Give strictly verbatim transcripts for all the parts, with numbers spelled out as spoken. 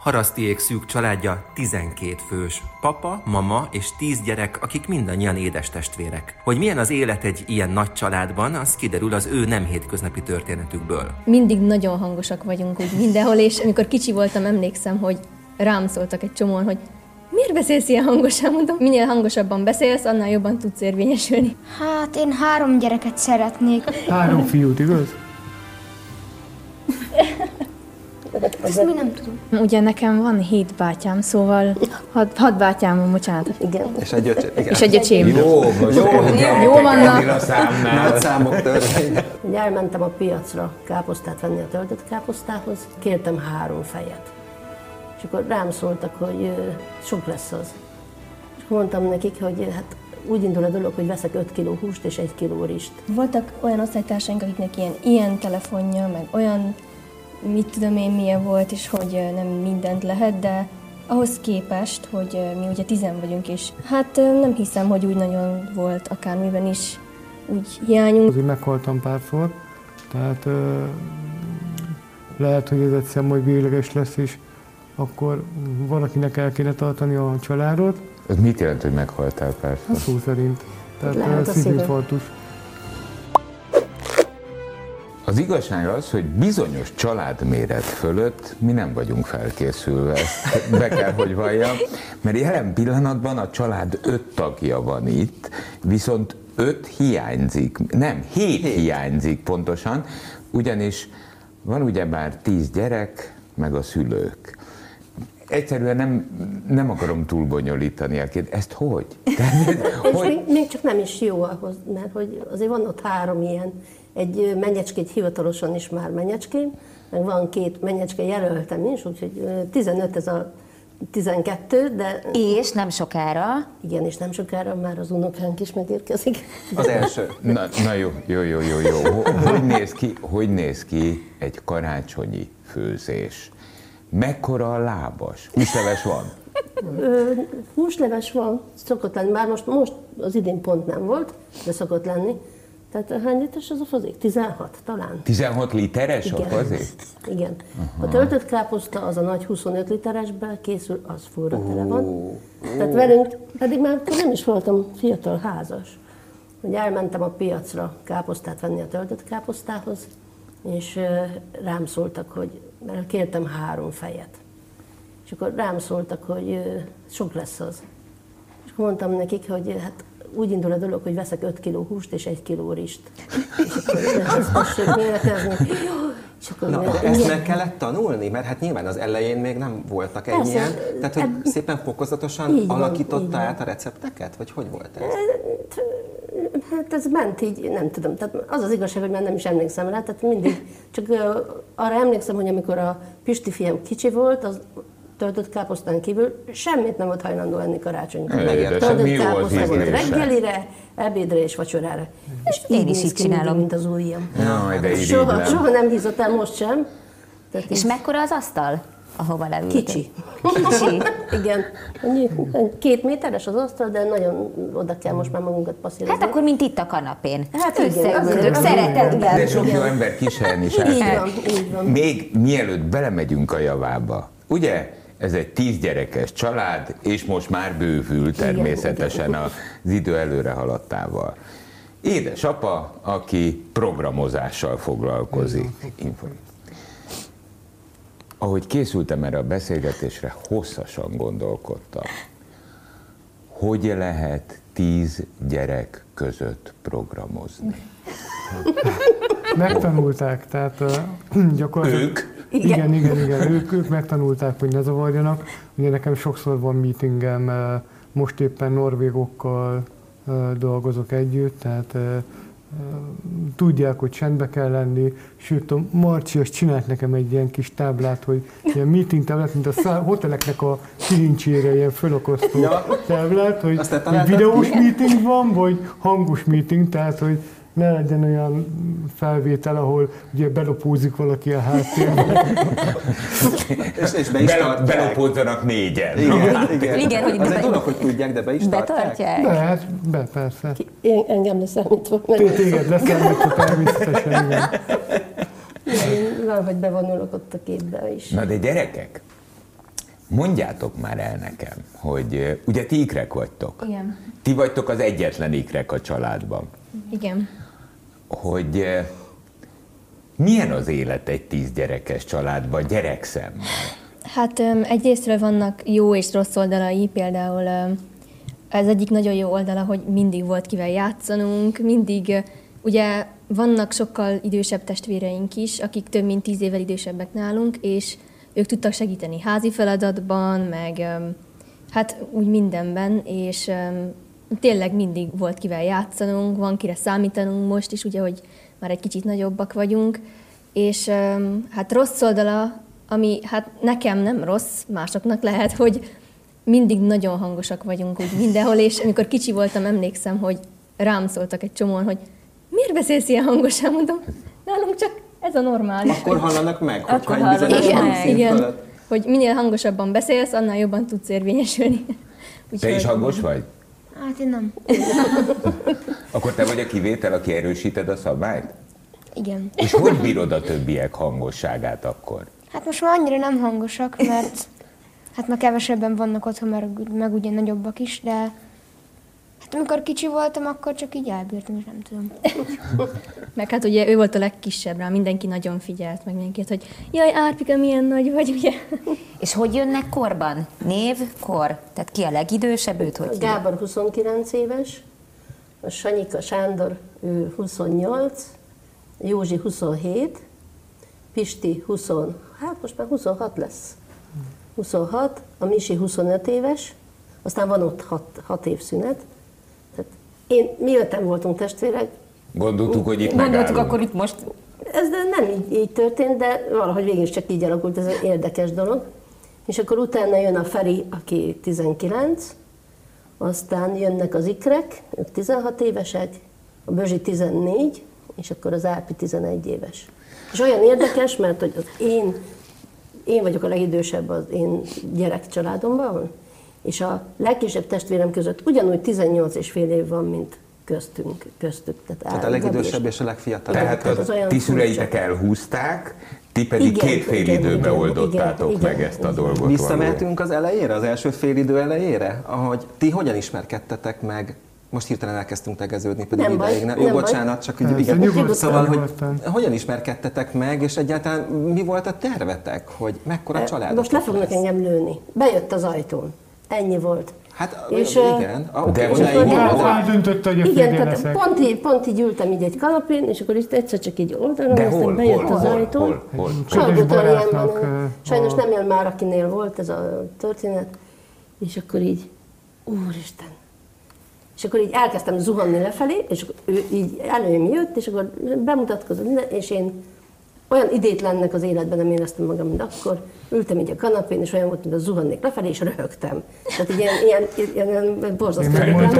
Harasztiék szűk családja tizenkét fős. Papa, mama és tíz gyerek, akik mindannyian édestestvérek. Hogy milyen az élet egy ilyen nagy családban, az kiderül az ő nem hétköznapi történetükből. Mindig nagyon hangosak vagyunk úgy mindenhol, és amikor kicsi voltam, emlékszem, hogy rám szóltak egy csomóan, hogy miért beszélsz ilyen hangosan? Mondom, minél hangosabban beszélsz, annál jobban tudsz érvényesülni. Hát én három gyereket szeretnék. Három fiút, igaz? Ezt mi nem tudom. Ugye nekem van hét bátyám, szóval hat, hat bátyám van, bocsánat. Igen. És egy öcsém. És egy öcsém. Jó, most jó, jó vannak. Nagy számok történnek. Elmentem a piacra káposztát venni a töltött káposztához, kértem három fejet. És akkor rám szóltak, hogy sok lesz az. És akkor mondtam nekik, hogy hát úgy indul a dolog, hogy veszek öt kiló húst és egy kiló rist. Voltak olyan osztálytársaink, akiknek ilyen, ilyen telefonja, meg olyan, mit tudom én milyen volt, és hogy nem mindent lehet, de ahhoz képest, hogy mi ugye tizen vagyunk, és hát nem hiszem, hogy úgy nagyon volt akármiben is úgy hiányunk. Azért meghaltam párszor, tehát uh, lehet, hogy ez egyszer majd végleges lesz, és akkor valakinek el kéne tartani a családot. Ez mit jelent, hogy meghaltál párszor? Szó szerint. Tehát szívinfarktus. Az igazság az, hogy bizonyos családméret fölött mi nem vagyunk felkészülve, ezt be kell, hogy valljam, mert jelen pillanatban a család öt tagja van itt, viszont öt hiányzik, nem, hét, hét hiányzik pontosan, ugyanis van ugyebár tíz gyerek, meg a szülők. Egyszerűen nem, nem akarom túl bonyolítani a két. Ezt hogy? Tehát, hogy? Még, még csak nem is jó ahhoz, mert hogy azért van ott három ilyen. Egy menyecskét hivatalosan is már menyecském, meg van két menyecske jelöltem is, úgyhogy tizenöt ez a tizenkettő, de... És nem sokára? Igen, és nem sokára már az unokánk is megérkezik. Az első. Na, na jó, jó, jó, jó, jó. Hogy néz ki, hogy néz ki egy karácsonyi főzés? Mekkora a lábas? Húsleves van? Ö, húsleves van, szokott lenni, már most, most az idén pont nem volt, de szokott lenni. Tehát hány literes az a fazék? tizenhat talán. tizenhat literes igen. a fazék? Igen. Aha. A töltött káposzta az a nagy huszonöt literesben készül, az forra oh. tele van. Oh. Tehát velünk, pedig már nem is voltam fiatal házas, hogy elmentem a piacra káposztát venni a töltött káposztához, és rám szóltak, hogy mert kértem három fejet. És akkor rám szóltak, hogy sok lesz az. És akkor mondtam nekik, hogy hát úgy indul a dolog, hogy veszek öt kiló húst és egy kiló rist. És akkor ezt tessék méretezni. Na, ezt meg kellett tanulni? Mert hát nyilván az elején még nem voltak ennyien. Tehát, hogy eb... szépen fokozatosan így alakította van, át a recepteket? Vagy hogy volt ez? Hát ez ment így, nem tudom. Tehát az az igazság, hogy már nem is emlékszem rá. Tehát mindig, csak arra emlékszem, hogy amikor a Pisti fiam kicsi volt, az töltött káposztán kívül semmit nem volt hajlandó enni karácsonykor. Töltött káposztán volt reggelire, ebédre és vacsorára. És én is így csinálom. Mint az ujjam. Jaj, de soha, soha nem hízott el, most sem. Tehát és így... mekkora az asztal, ahova leültünk? Kicsi. Kicsi? Igen. Két méteres az asztal, de nagyon oda kell most már magunkat passzírozni. Hát akkor, mint itt a kanapén. Hát összeülök, szeretettel. De sok jó ember kísérni is. Így van, így van. Még mielőtt belemegyünk a javába, ugye? Ez egy tíz gyerekes család, és most már bővül természetesen igen, igen. az idő előre haladtával. Édesapa, aki programozással foglalkozik. Ahogy készültem erre a beszélgetésre, hosszasan gondolkodtam. Hogy lehet tíz gyerek között programozni? Megtanulták, tehát uh, gyakorlatilag... Ők? Igen, igen, igen. Ők, ők megtanulták, hogy ne zavarjanak. Ugye nekem sokszor van meetingem, most éppen norvégokkal dolgozok együtt, tehát tudják, hogy csendbe kell lenni, sőt a Marci azt csinált nekem egy ilyen kis táblát, hogy ilyen meeting táblát, mint a szá- hoteleknek a kilincsére ilyen fölakasztó ja. táblát, hogy, hogy videós meeting van, vagy hangos meeting, tehát hogy ne legyen olyan felvétel, ahol ugye belopózik valaki a háttérben. és, és be is Bel- belopózzanak négyen. Igen, igen. igen hogy az be... egy dolog, hogy tudják, de be is betartják. Be, be, persze. Én, engem leszámítva. Téged leszámítva természetesen, igen. Van, hogy bevonulok ott a képbe is. Na de gyerekek, Mondjátok már el nekem, hogy ugye ti ikrek vagytok. Igen. Ti vagytok az egyetlen ikrek a családban. Igen. Hogy milyen az élet egy tíz gyerekes családban gyerekszemmel? Hát egyrésztről vannak jó és rossz oldalai, például ez egyik nagyon jó oldala, hogy mindig volt kivel játszanunk, mindig, ugye vannak sokkal idősebb testvéreink is, akik több mint tíz évvel idősebbek nálunk, és ők tudtak segíteni házi feladatban, meg hát úgy mindenben, és tényleg mindig volt kivel játszanunk, van kire számítanunk most is, ugye, hogy már egy kicsit nagyobbak vagyunk, és hát rossz oldala, ami hát nekem nem rossz, másoknak lehet, hogy mindig nagyon hangosak vagyunk úgy mindenhol, és amikor kicsi voltam, emlékszem, hogy rám szóltak egy csomóan, hogy miért beszélsz ilyen hangosan, mondom, nálunk csak ez a normális. Akkor hallanak meg, hogy Akkor hány bizonyos hangszint igen, fölött. hogy minél hangosabban beszélsz, annál jobban tudsz érvényesülni. Úgy te is hangos vagy? Hát én nem. Akkor te vagy a kivétel, aki erősíted a szabályt? Igen. És hogy bírod a többiek hangosságát akkor? Hát most már annyira nem hangosak, mert hát már kevesebben vannak otthon, meg, meg ugye nagyobbak is, de hát amikor kicsi voltam, akkor csak így elbírtam, és nem tudom. Meg hát ugye ő volt a legkisebb rá, mindenki nagyon figyelt, meg mindenki, hogy jaj, Árpika, milyen nagy vagy, ugye? És hogy jönnek korban? Név, kor? Tehát ki a legidősebb, őt hogy Gábor huszonkilenc éves, a Sanyika Sándor, ő huszonnyolc, Józsi huszonhét, Pisti húsz, hát most már huszonhat lesz. huszonhat, a Misi huszonöt éves, aztán van ott hat év szünet. Tehát én, mi öten voltunk testvérek. Gondoltuk, hogy itt Gondoltuk, megállunk. akkor itt most... Ez nem így, így történt, de valahogy végig csak így alakult, ez egy érdekes dolog. És akkor utána jön a Feri, aki tizenkilenc, aztán jönnek az ikrek, ők tizenhat évesek, a Bözsi tizennégy, és akkor az Árpi tizenegy éves. És olyan érdekes, mert hogy az én, én vagyok a legidősebb az én gyerekcsaládomban, és a legkisebb testvérem között ugyanúgy tizennyolc és fél év van, mint köztünk, köztük. Tehát, Tehát a legidősebb és a legfiatalabb. Tehát a ti szüleitek elhúzták, ti pedig igen, két fél igen, időben igen, oldottátok igen, meg igen, ezt a dolgot. Visszamehetünk az elejére, az első fél idő elejére? Ahogy ti hogyan ismerkedtetek meg? Most hirtelen elkezdtünk tegeződni, pedig nem ideig nem. Jó, nem bocsánat, baj. Csak úgy, igen. Nyugodtan, szóval, hogy nyugodtan. Hogyan ismerkedtetek meg, és egyáltalán mi volt a tervetek, hogy mekkora család? Most le fognak engem lőni. Bejött az ajtón. Ennyi volt. Hát és, igen, uh, de eldöntött, hogy a igen, tehát pont így, pont így ültem így egy kanapén, és akkor itt egyszer csak így oldalon, de aztán hol, bejött hol, az hol, ajtón. Hol, hol, hol. Sajnos nem él már, akinél volt ez a történet, és akkor így, úristen. És akkor így elkezdtem zuhanni lefelé, és akkor ő így előm jött, és akkor bemutatkozott minden, és én olyan idétlennek az életben nem éreztem magam, mint akkor. Ültem így a kanapén, és olyan volt, mint a zuhannék lefelé, és röhögtem. Tehát ilyen, ilyen, ilyen, ilyen borzasztó.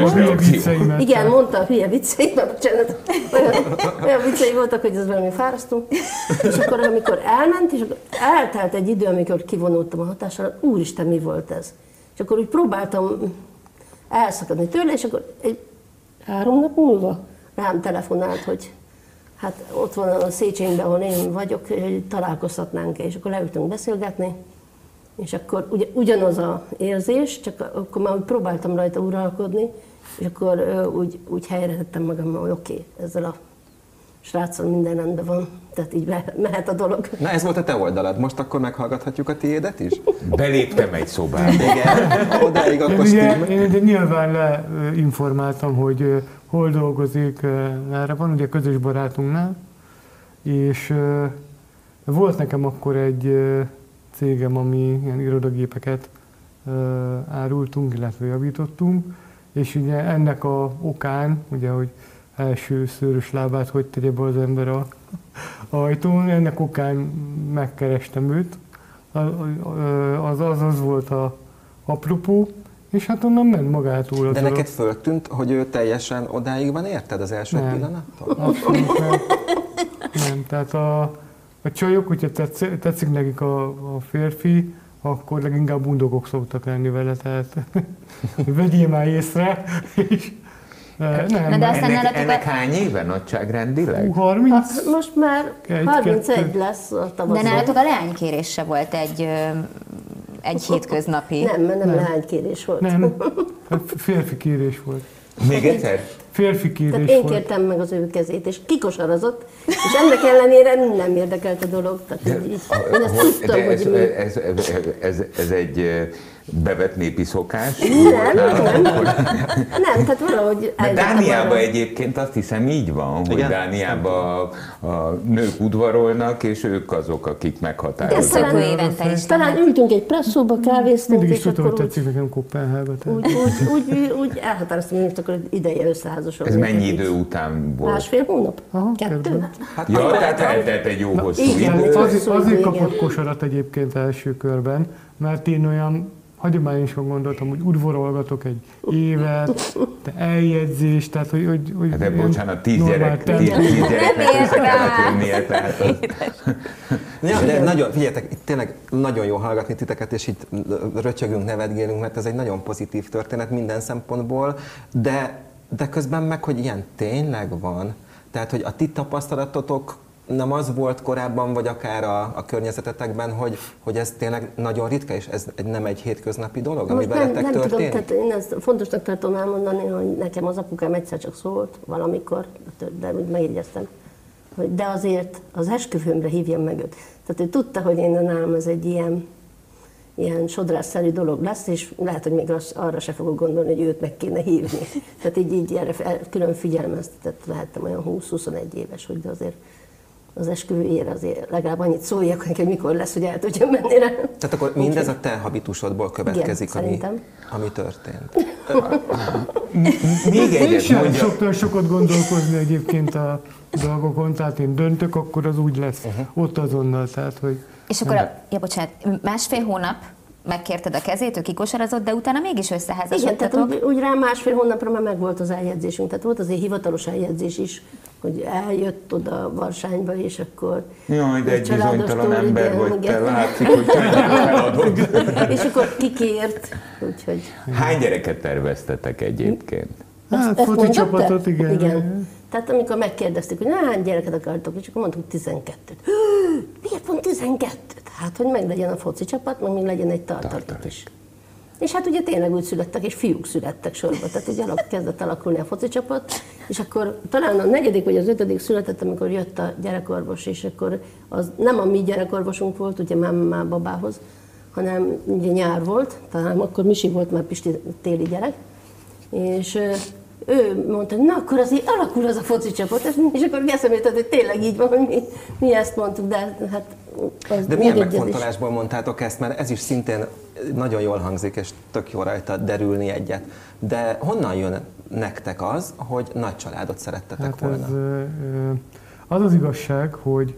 Igen, mondtam hülye vicceimet, bocsánat. Olyan, olyan viccei voltak, hogy ez valami fárasztó. És akkor, amikor elment, és akkor eltelt egy idő, amikor kivonultam a hatással, úristen, mi volt ez? És akkor úgy próbáltam elszakadni tőle, és akkor egy három nap múlva rám telefonált, hogy hát ott van a Széchenyben, ahol én vagyok, hogy találkozhatnánk, és akkor leültünk beszélgetni, és akkor ugy, ugyanaz az érzés, csak akkor már úgy próbáltam rajta uralkodni, és akkor úgy, úgy helyre tettem magam, hogy oké, okay, ezzel a sráccal minden rendben van, tehát így mehet a dolog. Na ez volt a te oldalad, most akkor meghallgathatjuk a tiédet is? Beléptem egy szobába. Igen, odáig akkor én, én, én nyilván leinformáltam, hogy hol dolgozik, erre van ugye közös barátunknál, és volt nekem akkor egy cégem, ami ilyen irodagépeket árultunk, illetve javítottunk, és ugye ennek a okán, ugye, hogy első szőrös lábát hogy tegye be az ember a ajtón, ennek okán megkerestem őt, az az, az volt a apropó, és hát onnan ment magától. De neked föltűnt, hogy ő teljesen odáig van, érted az első nem, pillanattól? Abszolút nem. Nem, tehát a, a csajok, hogyha tetszik, tetszik nekik a, a férfi, akkor leginkább bundogok szoktak lenni vele, tehát vegyél már észre, és nem. Na de aztán ennek, ennek hány éve nagyságrendileg? harminc? Hát most már harmincegy lesz a tavaszon. De nálatok a leánykérés se volt egy egy hétköznapi. Nem, mert nem, Nem. leánykérés volt. Nem, férfi kérés volt. Még egyszer? Férfi Tehát kérés én volt. kértem meg az ő kezét, és kikosarazott, és ennek ellenére nem érdekelt a dolog. Tehát De, így, így, én ezt tudtam, de ez, hogy mi... ez, ez, ez, ez egy bevett népi szokás? Nem, nem, nem, tehát valahogy... Mert Dániában arra. egyébként azt hiszem így van, hogy Igen? Dániában a, a nők udvarolnak, és ők azok, akik Ez meghatározzák. szokó évente is. Talán ültünk egy presszóba, kávéztunk, Mindig is és tudtam, akkor hogy úgy, tetszik nekem Kopenhága. úgy, úgy, úgy, úgy elhatároztam, hogy most akkor ideje összeházasodni. Ez mennyi idő után volt? Másfél hónap? Aha, Kettő? körülbelül. Ja, tehát eltelt egy jó hosszú igen. idő. Azért, Hosszú azért idő, kapott igen. kosarat egyébként első körben, mert én olyan hagyományosan gondoltam, hogy udvarolgatok egy évet, de eljegyzés, tehát hogy... hogy, hogy Hát de ilyen bocsánat, tíz normál gyerek, tíz, tempó. tíz gyereknek Nem össze kellett értem. jönnie, tehát az... Ja, de nagyon, figyeljetek, itt tényleg nagyon jó hallgatni titeket, és itt rötyögünk, nevetgélünk, mert ez egy nagyon pozitív történet minden szempontból, de, de közben meg, hogy ilyen tényleg van. Tehát, hogy a ti tapasztalatotok nem az volt korábban, vagy akár a, a környezetetekben, hogy, hogy ez tényleg nagyon ritka, és ez egy, nem egy hétköznapi dolog, ami Most nem, veletek nem tudom, történik? tehát én ezt fontosnak tartom elmondani, hogy nekem az apukám egyszer csak szólt valamikor, de úgy megjegyeztem, hogy de azért az esküvőmre hívjam meg őt. Tehát ő tudta, hogy én nálam ez egy ilyen, ilyen sodrásszerű dolog lesz, és lehet, hogy még az, arra se fogok gondolni, hogy őt meg kéne hívni. Tehát így, így erre fel- külön figyelmeztetett, lehettem olyan húsz-huszonegy éves, hogy de azért az esküvőjére azért legalább annyit szóljak neki, hogy mikor lesz, hogy el tudjam menni rá. Tehát akkor mindez a te habitusodból következik, Igen, ami, szerintem. ami történt. Még Én egyet sem mondja. szoktam sokat gondolkozni egyébként a dolgokon, tehát én döntök, akkor az úgy lesz, uh-huh. ott azonnal, tehát hogy... És akkor, a, ja bocsánat, másfél hónap megkérted a kezét, ő kikosarazott, de utána mégis Igen, tehát összeházasodtatok. úgy, úgy rá másfél hónapra már megvolt az eljegyzésünk, tehát volt azért hivatalos eljegyzés is, hogy eljött oda Varsányba, és akkor... Jaj, de egy családos bizonytalan túl, ember igen, vagy te, igen. látszik, hogy könnyen feladod. És akkor kikért, úgyhogy... Hány gyereket terveztetek egyébként? Hát, ezt foci mondtad csapatot, te? igen. igen. Tehát amikor megkérdeztük, hogy na, hány gyereket akartok, és akkor mondtuk tizenkettőt. Miért pont tizenkettőt? Hát, hogy meglegyen a foci csapat, meg még legyen egy tartalék is. És hát ugye tényleg úgy születtek, és fiúk születtek sorba, tehát így alap, kezdett alakulni a foci csapat, és akkor talán a negyedik vagy az ötödik született, amikor jött a gyerekorvos, és akkor az nem a mi gyerekorvosunk volt, ugye már, már babához, hanem ugye nyár volt, talán akkor Misi volt már Pisti téli gyerek, és ő mondta, hogy na akkor azért alakul az a foci csapat, és akkor eszembe jutott, hogy tényleg így van, hogy mi, mi ezt mondtuk, de hát az De milyen megegyezés. megfontolásból mondtátok ezt, mert ez is szintén nagyon jól hangzik, és tök jó rajta derülni egyet. De honnan jön nektek az, hogy nagy családot szerettetek Hát volna? ez, ö, ö, az az igazság, hogy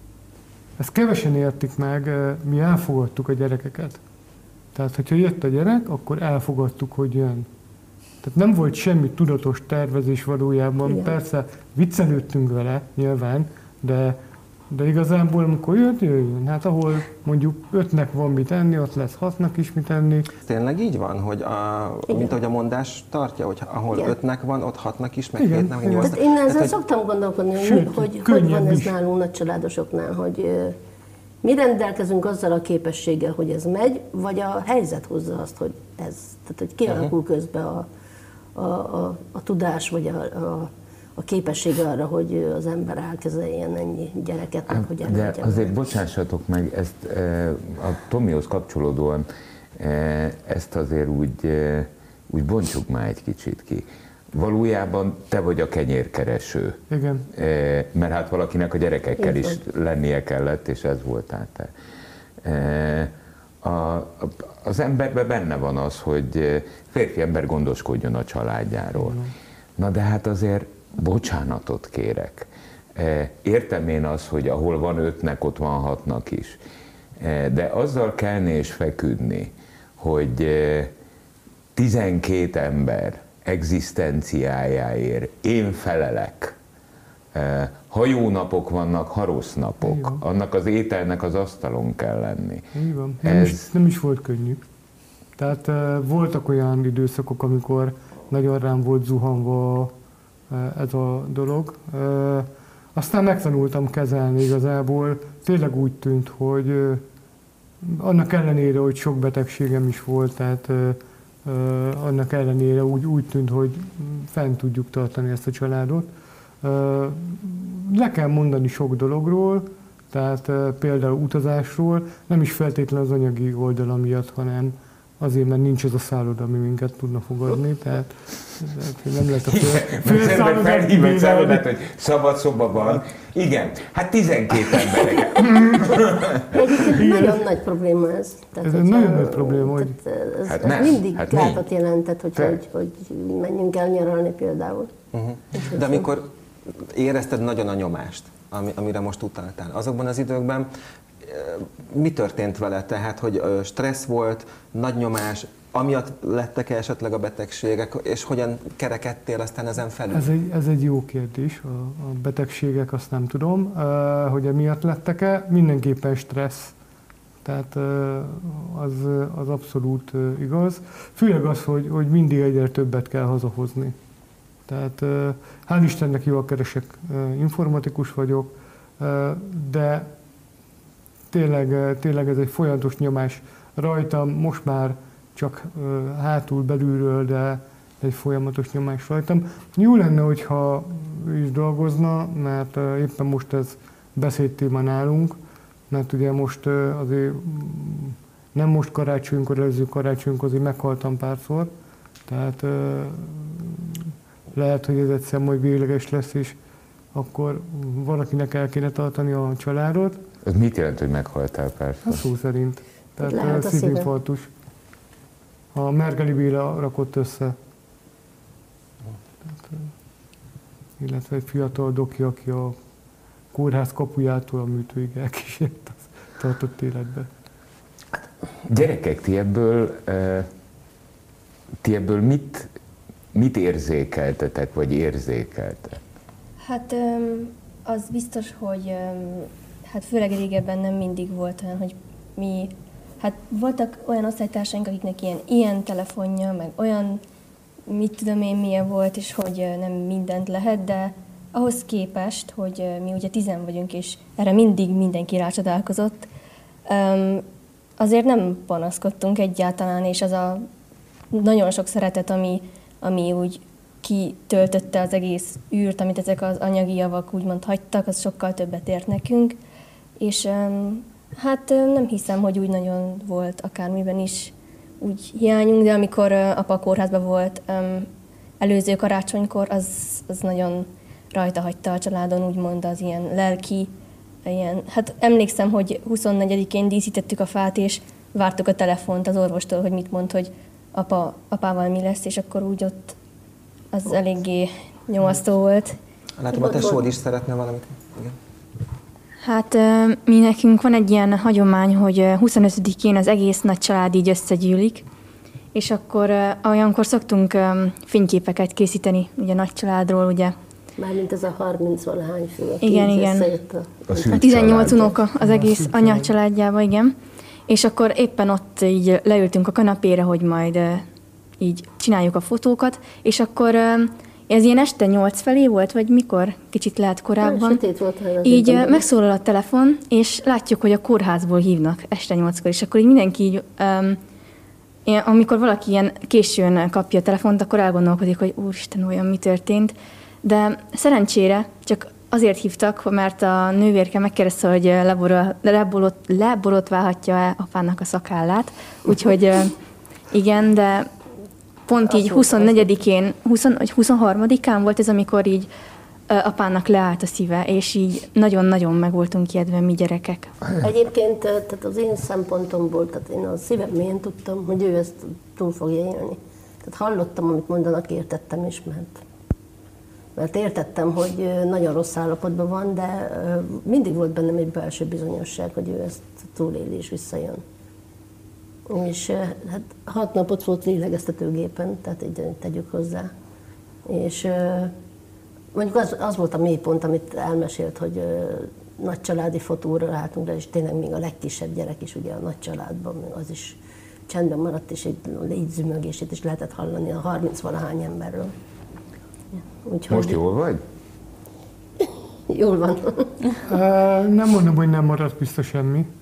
ezt kevesen értik meg, ö, mi elfogadtuk a gyerekeket. Tehát, hogyha jött a gyerek, akkor elfogadtuk, hogy jön. Tehát nem volt semmi tudatos tervezés valójában. Igen. Persze viccelődtünk vele, nyilván, de, de igazából amikor jött, jöjjön. Hát ahol mondjuk ötnek van mit enni, ott lesz hatnak is mit enni. Tényleg így van, hogy a, mint ahogy a mondás tartja, hogy ahol Igen. ötnek van, ott hatnak is, meg Igen, hétnek, meg igen. nyolcnak. Tehát én ezzel Tehát, hogy szoktam gondolkodni, hogy, Sőt, hogy, hogy könnyebb van ez is. nálunk nagy családosoknál, hogy ö, mi rendelkezünk azzal a képességgel, hogy ez megy, vagy a helyzet hozza azt, hogy ez, tehát hogy kialakul közben a, a, a, a tudás, vagy a, a, a képessége arra, hogy az ember elkezeljen ennyi gyereket, meg hogy De elmenjen. azért bocsássatok meg, ezt e, a Tomihoz kapcsolódóan e, ezt azért úgy, e, úgy bontsuk már egy kicsit ki. Valójában te vagy a kenyérkereső. Igen. E, mert hát valakinek a gyerekekkel Így is lennie kellett, és ez voltál te. E, a, a, az emberben benne van az, hogy férfi ember gondoskodjon a családjáról. Na de hát azért bocsánatot kérek. Értem én az, hogy ahol van ötnek, ott van hatnak is. De azzal kelni és feküdni, hogy tizenkét ember egzisztenciájáért én felelek, ha jó napok vannak, ha rossz napok, annak az ételnek az asztalon kell lenni. Így van. Nem, Ez- is, nem is volt könnyű. Tehát uh, voltak olyan időszakok, amikor nagyon rám volt zuhanva uh, ez a dolog. Uh, aztán megtanultam kezelni igazából. Tényleg úgy tűnt, hogy uh, annak ellenére, hogy sok betegségem is volt, tehát annak ellenére úgy, úgy tűnt, hogy fent tudjuk tartani ezt a családot. Le kell mondani sok dologról, tehát például utazásról, nem is feltétlenül az anyagi oldala miatt, hanem azért, mert nincs az a szálloda, ami minket tudna fogadni, tehát nem lehet a fél felhív egy szállodát, hogy szabad szoba van. Igen, hát tizenkét emberek. Nagyon nagy probléma ez. Tehát, ez egy nagyon nagy probléma, hogy... Ez, hát ez mindig hát gátat jelentett, hogy, hogy, hogy menjünk el nyaralni például. Uh-huh. De amikor érezted nagyon a nyomást, ami, amire most utaltál, azokban az időkben mi történt vele? Tehát, hogy stressz volt, nagy nyomás, amiatt lettek-e esetleg a betegségek, és hogyan kerekedtél aztán ezen felül? Ez egy, ez egy jó kérdés, a, a betegségek, azt nem tudom, uh, hogy emiatt lettek-e, mindenképpen stressz, tehát uh, az, az abszolút uh, igaz. Főleg az, hogy, hogy mindig egyre többet kell hazahozni. Tehát uh, hál' Istennek jól keresek, uh, informatikus vagyok, uh, de tényleg, tényleg ez egy folyamatos nyomás rajtam, most már csak uh, hátul, belülről, de egy folyamatos nyomás rajtam. Jó lenne, hogyha ő is dolgozna, mert uh, éppen most ez beszédtéma nálunk, mert ugye most uh, azért nem most karácsonykor, előző karácsonykor azért meghaltam párszor, tehát uh, lehet, hogy ez egyszer majd végleges lesz, és akkor valakinek el kéne tartani a családot. Ez mit jelent, hogy meghaltál párszor? Hát szó szerint. Tehát szívinfarktus. A Mergeli Béla rakott össze. Tehát, illetve egy fiatal doki, aki a kórház kapujától a műtőig elkísért, az tartott életbe. Gyerekek, ti ebből, ti ebből mit, mit érzékeltetek, vagy érzékeltek? Hát az biztos, hogy hát főleg régebben nem mindig volt olyan, hogy mi, hát voltak olyan osztálytársaink, akiknek ilyen, ilyen telefonja, meg olyan, mit tudom én milyen volt, és hogy nem mindent lehet, de ahhoz képest, hogy mi ugye tizen vagyunk, és erre mindig mindenki rácsodálkozott, azért nem panaszkodtunk egyáltalán, és az a nagyon sok szeretet, ami, ami úgy kitöltötte az egész űrt, amit ezek az anyagi javak úgymond hagytak, az sokkal többet ért nekünk, és hát nem hiszem, hogy úgy nagyon volt akármiben is úgy hiányunk, de amikor apa a kórházban volt előző karácsonykor, az, az nagyon rajta hagyta a családon, úgymond az ilyen lelki, ilyen, hát emlékszem, hogy huszonnegyedikén díszítettük a fát, és vártuk a telefont az orvostól, hogy mit mond, hogy apa, apával mi lesz, és akkor úgy ott az eléggé nyomasztó volt. Látom, a tesód is szeretne valamit. Igen. Hát mi nekünk van egy ilyen hagyomány, hogy huszonötödikén az egész nagy család így összegyűlik, és akkor olyankor szoktunk fényképeket készíteni, ugye nagy családról, ugye. Mármint ez a harminc-valahány fő, aki igen, igen. A, a, a tizennyolc unoka az egész anya családjába, igen. És akkor éppen ott így leültünk a kanapére, hogy majd így csináljuk a fotókat, és akkor ez ilyen este nyolc felé volt, vagy mikor? Kicsit lehet korábban. Sötét volt, így uh, megszólal a telefon, és látjuk, hogy a kórházból hívnak este nyolckor, és akkor így mindenki így, um, ilyen, amikor valaki ilyen későn kapja a telefont, akkor elgondolkodik, hogy úristen, olyan mi történt. De szerencsére csak azért hívtak, mert a nővérke megkérdezte, hogy leborot, leborot, leborotválhatja-e apának a szakállát. Úgyhogy uh, igen, de pont így huszonnegyedikén, húsz, vagy huszonharmadikán volt ez, amikor így uh, apának leállt a szíve, és így nagyon-nagyon meg voltunk ijedve mi gyerekek. Egyébként tehát az én szempontomból, tehát én a szívem mélyén tudtam, hogy ő ezt túl fogja élni. Tehát hallottam, amit mondanak, értettem is, mert, mert értettem, hogy nagyon rossz állapotban van, de mindig volt bennem egy belső bizonyosság, hogy ő ezt túléli és visszajön. És hát hat napot volt lélegeztetőgépen, tehát így tegyük hozzá. És mondjuk az, az volt a mélypont, amit elmesélt, hogy nagy családi fotóra álltunk le, és tényleg még a legkisebb gyerek is ugye a nagy családban, az is csendben maradt, és egy légyzümögését is lehetett hallani a harminc-valahány emberről. Úgyhogy... Most jól vagy? Jól van. Nem mondom, hogy nem maradt vissza semmi.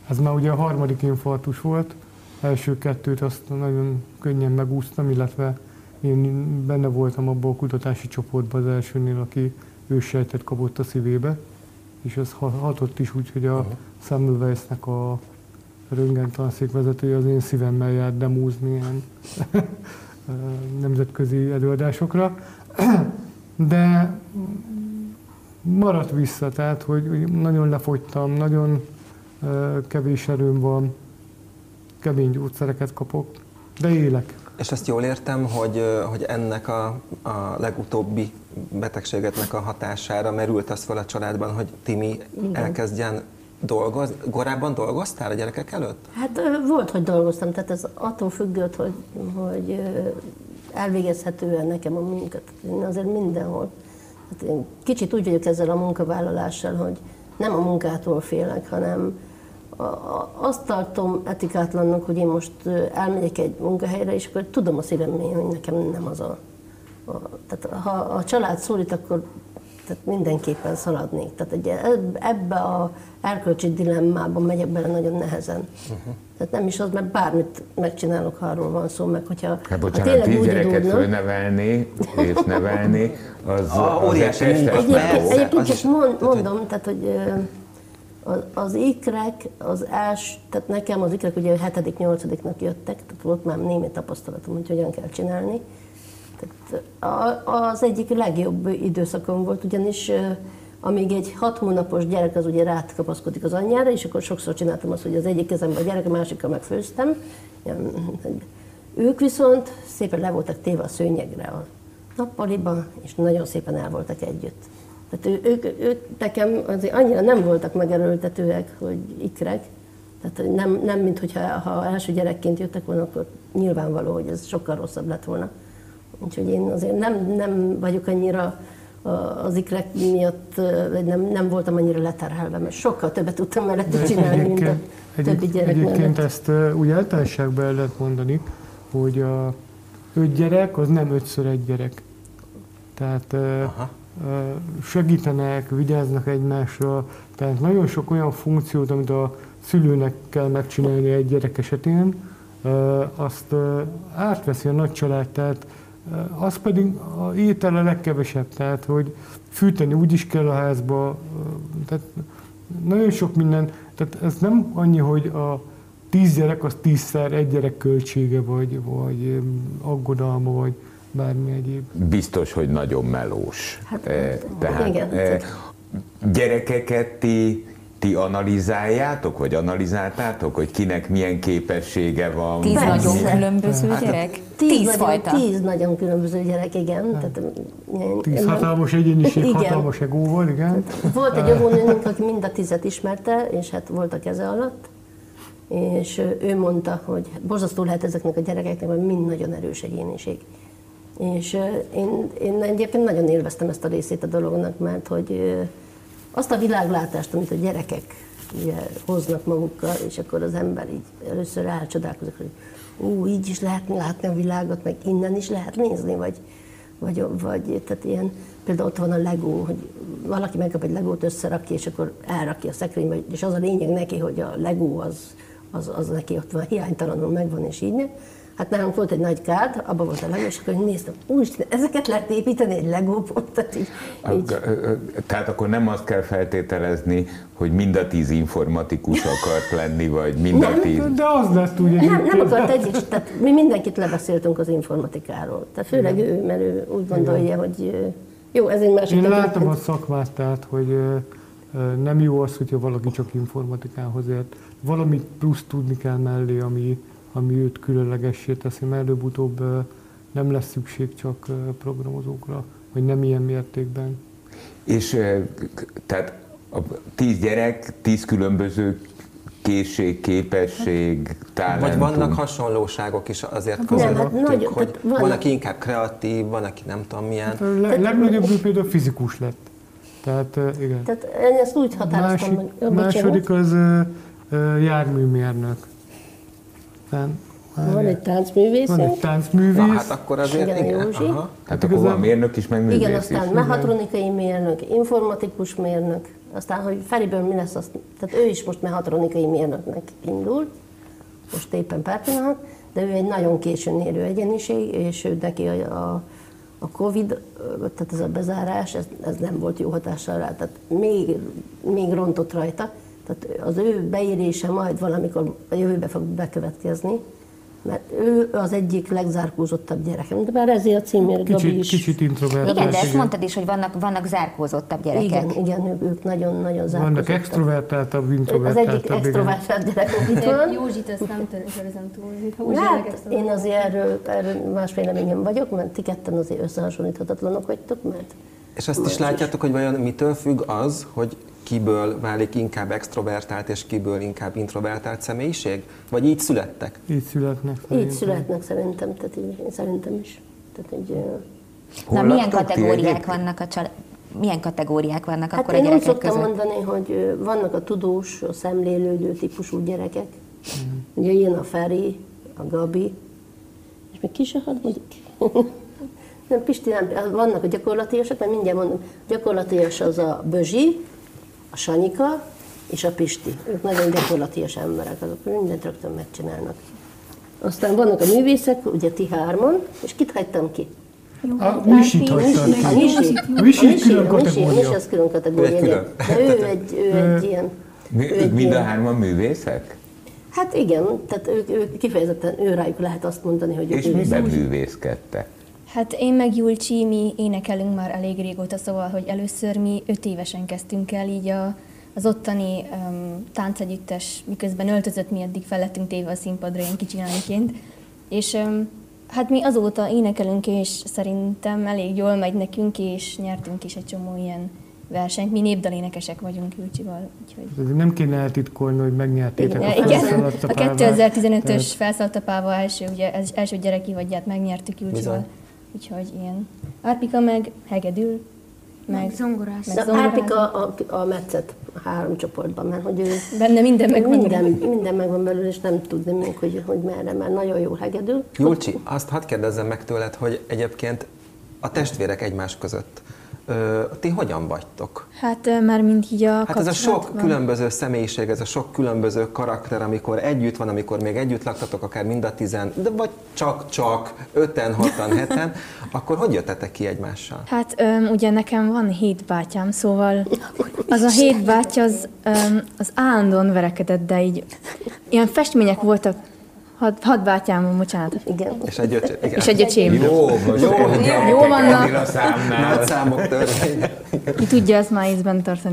Ez már ugye a harmadik infarktus volt, első kettőt azt nagyon könnyen megúsztam, illetve én benne voltam abban a kutatási csoportban az elsőnél, aki őssejtet kapott a szívébe, és ez hatott is úgy, hogy a Semmelweisnek a röntgentanszékvezetője az én szívemmel járt demózni ilyen nemzetközi előadásokra, de maradt vissza, tehát hogy nagyon lefogytam, nagyon kevés erőm van, kemény gyógyszereket kapok, de élek. És ezt jól értem, hogy, hogy ennek a, a legutóbbi betegségetnek a hatására merült az fel a családban, hogy Timi Igen. elkezdjen dolgozni. Korábban dolgoztál a gyerekek előtt? Hát volt, hogy dolgoztam, tehát ez attól függött, hogy, hogy elvégezhető nekem a munkat. Én azért mindenhol. Hát én kicsit úgy vagyok ezzel a munkavállalással, hogy nem a munkától félek, hanem azt tartom etikátlannak, hogy én most elmegyek egy munkahelyre, és akkor tudom a szívem mélyén, hogy nekem nem az a, a... Tehát ha a család szólít, akkor tehát mindenképpen szaladnék. Tehát egy, ebbe a erkölcsi dilemmában megyek bele nagyon nehezen. Uh-huh. Tehát nem is az, mert bármit megcsinálok, ha arról van szó, meg hogyha... Hát bocsánat, tíz gyereket fölnevelni és nevelni, az, a, az egy Egyébként, egyébként csak mond, mondom, tehát hogy az, az ikrek, az els, tehát nekem az ikrek ugye hetedik nyolcadiknak jöttek, tehát volt már némi tapasztalatom, hogy hogyan kell csinálni. Tehát az egyik legjobb időszakom volt, ugyanis amíg egy hat hónapos gyerek az ugye rátkapaszkodik az anyjára, és akkor sokszor csináltam azt, hogy az egyik kezemben a gyerek, a másikkal megfőztem. Ők viszont szépen le voltak téve a szőnyegre a nappaliba, és nagyon szépen el voltak együtt. Tehát ő, ők, ők nekem azért annyira nem voltak megerőltetőek, hogy ikrek. Tehát nem, nem mint hogyha ha első gyerekként jöttek volna, akkor nyilvánvaló, hogy ez sokkal rosszabb lett volna. Úgyhogy én azért nem, nem vagyok annyira az ikrek miatt, vagy nem, nem voltam annyira leterhelve, mert sokkal többet tudtam mellett csinálni, mint a többi gyerek Egyébként mellett. ezt úgy általánosságban el lehet mondani, hogy a öt gyerek az nem ötször egy gyerek. Tehát Aha. segítenek, vigyáznak egymásra, tehát nagyon sok olyan funkciót, amit a szülőnek kell megcsinálni egy gyerek esetén, azt átveszi a nagy család, tehát az pedig a étel a legkevesebb, tehát hogy fűteni úgy is kell a házba, tehát nagyon sok minden, tehát ez nem annyi, hogy a tíz gyerek az tízszer egy gyerek költsége, vagy, vagy aggodalma, vagy bármi egyéb. Biztos, hogy nagyon melós. Hát, Tehát igen. Gyerekeket ti Ti analizáljátok, vagy analizáltátok, hogy kinek milyen képessége van? Tíz nagyon különböző gyerek? Tíz, Tíz nagyon, fajta? Tíz nagyon különböző gyerek, igen. Tehát, tíz hatalmas egyéniség, igen. Hatalmas egóval, igen. Tehát volt egy óvónőnk, aki mind a tízet ismerte, és hát volt a keze alatt. És ő mondta, hogy borzasztó lehet ezeknek a gyerekeknek, mert mind nagyon erős egyéniség. És én, én egyébként nagyon élveztem ezt a részét a dolognak, mert hogy azt a világlátást, amit a gyerekek ugye, hoznak magukkal, és akkor az ember így először elcsodálkozik, hogy ú, így is lehet látni a világot, meg innen is lehet nézni, vagy, vagy, vagy tehát ilyen, például ott van a Lego, hogy valaki megkap egy Legót, összerakja, és akkor elrakja a szekrénybe, és az a lényeg neki, hogy a Lego az, az, az neki ott van, hiánytalanul megvan, és így. Hát nálunk volt egy nagy kád, abban volt a Lego, és akkor néztem, úristen, ezeket lehet építeni egy Legóból? Tehát, így, így. Tehát akkor nem azt kell feltételezni, hogy mind a tíz informatikus akart lenni, vagy mind nem, a tíz... De az lett úgy nem, nem akart egy is, tehát mi mindenkit lebeszéltünk az informatikáról. Tehát főleg Igen. ő, mert ő úgy gondolja, Igen. hogy jó, ez egy másik... Én látom a szakmát, tehát, hogy nem jó az, hogyha valaki csak informatikához ért. Valamit plusz tudni kell mellé, ami ami őt különlegessé teszi, mert előbb-utóbb nem lesz szükség csak programozókra, vagy nem ilyen mértékben. És tehát a tíz gyerek, tíz különböző készség, képesség, talentum. Vagy vannak hasonlóságok is azért közöttük, hát hogy van, van, aki inkább kreatív, van, aki nem tudom milyen. Hát a legnagyobb ő például fizikus lett. Tehát igen. Tehát én ezt úgy határoztam, Másik, hogy... Második az uh, uh, járműmérnök. Van, van egy táncművész. Van egy táncművész. Na hát akkor azért igen. igen. Tehát akkor van mérnök is, meg művész igen, aztán is. mechatronikai mérnök, informatikus mérnök, Aztán, hogy Feriből mi lesz, azt, tehát ő is most mechatronikai mérnöknek indul, most éppen pár pillanat, de ő egy nagyon későn érő egyeniség, és ő neki a, a, a Covid, tehát ez a bezárás, ez, ez nem volt jó hatással rá, tehát még, még rontott rajta. Tehát az ő beérése majd valamikor a jövőbe fog bekövetkezni, mert ő az egyik legzárkózottabb gyerekem. De bár ezért a címért Gabi is. Kicsit introvertált. Igen, de ezt mondtad is, hogy vannak, vannak zárkózottabb gyerekek. Igen, igen, ők, ők nagyon-nagyon zárkózottak. Vannak extrovertáltabb, introvertáltabb. Az egyik extrovertált gyerekem itt van. Józsit ezt nem körözem túl. Hát, én azért erről, erről más véleményem vagyok, mert ti ketten azért összehasonlíthatatlanok vagytok, mert... És azt is látjátok, hogy vajon mitől függ az, hogy kiből válik inkább extrovertált és kiből inkább introvertált személyiség? Vagy így születtek? Így születnek. Így Szerintem. születnek szerintem, tehát így, én szerintem is. Tehát egy, Na, milyen kategóriák vannak a család? Milyen kategóriák vannak hát akkor a én úgy gyerekek szoktam között? mondani, hogy vannak a tudós, a szemlélődő típusú gyerekek. Mm. Ugye ilyen a Feri, a Gabi, és még ki se harmadik. Nem, Pisti, nem, vannak a gyakorlatiasak, mert mindjárt mondom, gyakorlatias az a Bözsi, a Sanyika és a Pisti. Ők nagyon gyakorlatias emberek, azok mindent rögtön megcsinálnak. Aztán vannak a művészek, ugye ti hárman, és kit hagytam ki? A Misit hagytad ki. A Misit. A Misit külön kategória. Misi az külön kategória. De ő egy, ő egy ilyen... Mi, ő egy mind a ilyen- hárman művészek? Hát igen, tehát ők, ők kifejezetten ő rájuk lehet azt mondani, hogy És ők miben művészek. művészkedtek? Hát én meg Julcsi, mi énekelünk már elég régóta, szóval, hogy először mi öt évesen kezdtünk el így a, az ottani um, táncegyüttes, miközben öltözött, mi eddig fel lettünk téve a színpadra ilyen kicsi lányként. És um, hát mi azóta énekelünk, és szerintem elég jól megy nekünk, és nyertünk is egy csomó ilyen versenyt. Mi népdalénekesek vagyunk Julcsival, úgyhogy... Nem kéne eltitkolni, hogy megnyertétek Igen, a igen. felszaladt A kétezer-tizenötös felszaltapával első, ugye, ez első gyerekivadját megnyertük Julcsival. Bizony. Úgyhogy ilyen. Árpika meg hegedül, meg zongorász. meg De zongoráz. Árpika a, a metszet a három csoportban, mert hogy ő Benne minden megvan. minden, minden megvan belőle, és nem tudni még, hogy, hogy merre, mert nagyon jó hegedül. Julcsi, azt hadd kérdezzem meg tőled, hogy egyébként a testvérek egymás között, ö, ti hogyan vagytok? Hát ö, már mind így a Hát ez a sok kapcsolatban. különböző személyiség, ez a sok különböző karakter, amikor együtt van, amikor még együtt laktatok, akár mind a tizen, de vagy csak-csak, öten, hatan, heten, akkor hogy jöttetek ki egymással? Hát öm, ugye nekem van hét bátyám, szóval az a hét bátya az, öm, az állandóan verekedett, de így ilyen festmények voltak. Hat, hat bátyám van, bocsánat. Igen. És egy öcsém. Igen. És egy öcsém. Jó, most Jó, elkezdtek jó vannak. ennél a számnál. Nagy számok törvény. Ki tudja ezt már észben tartani.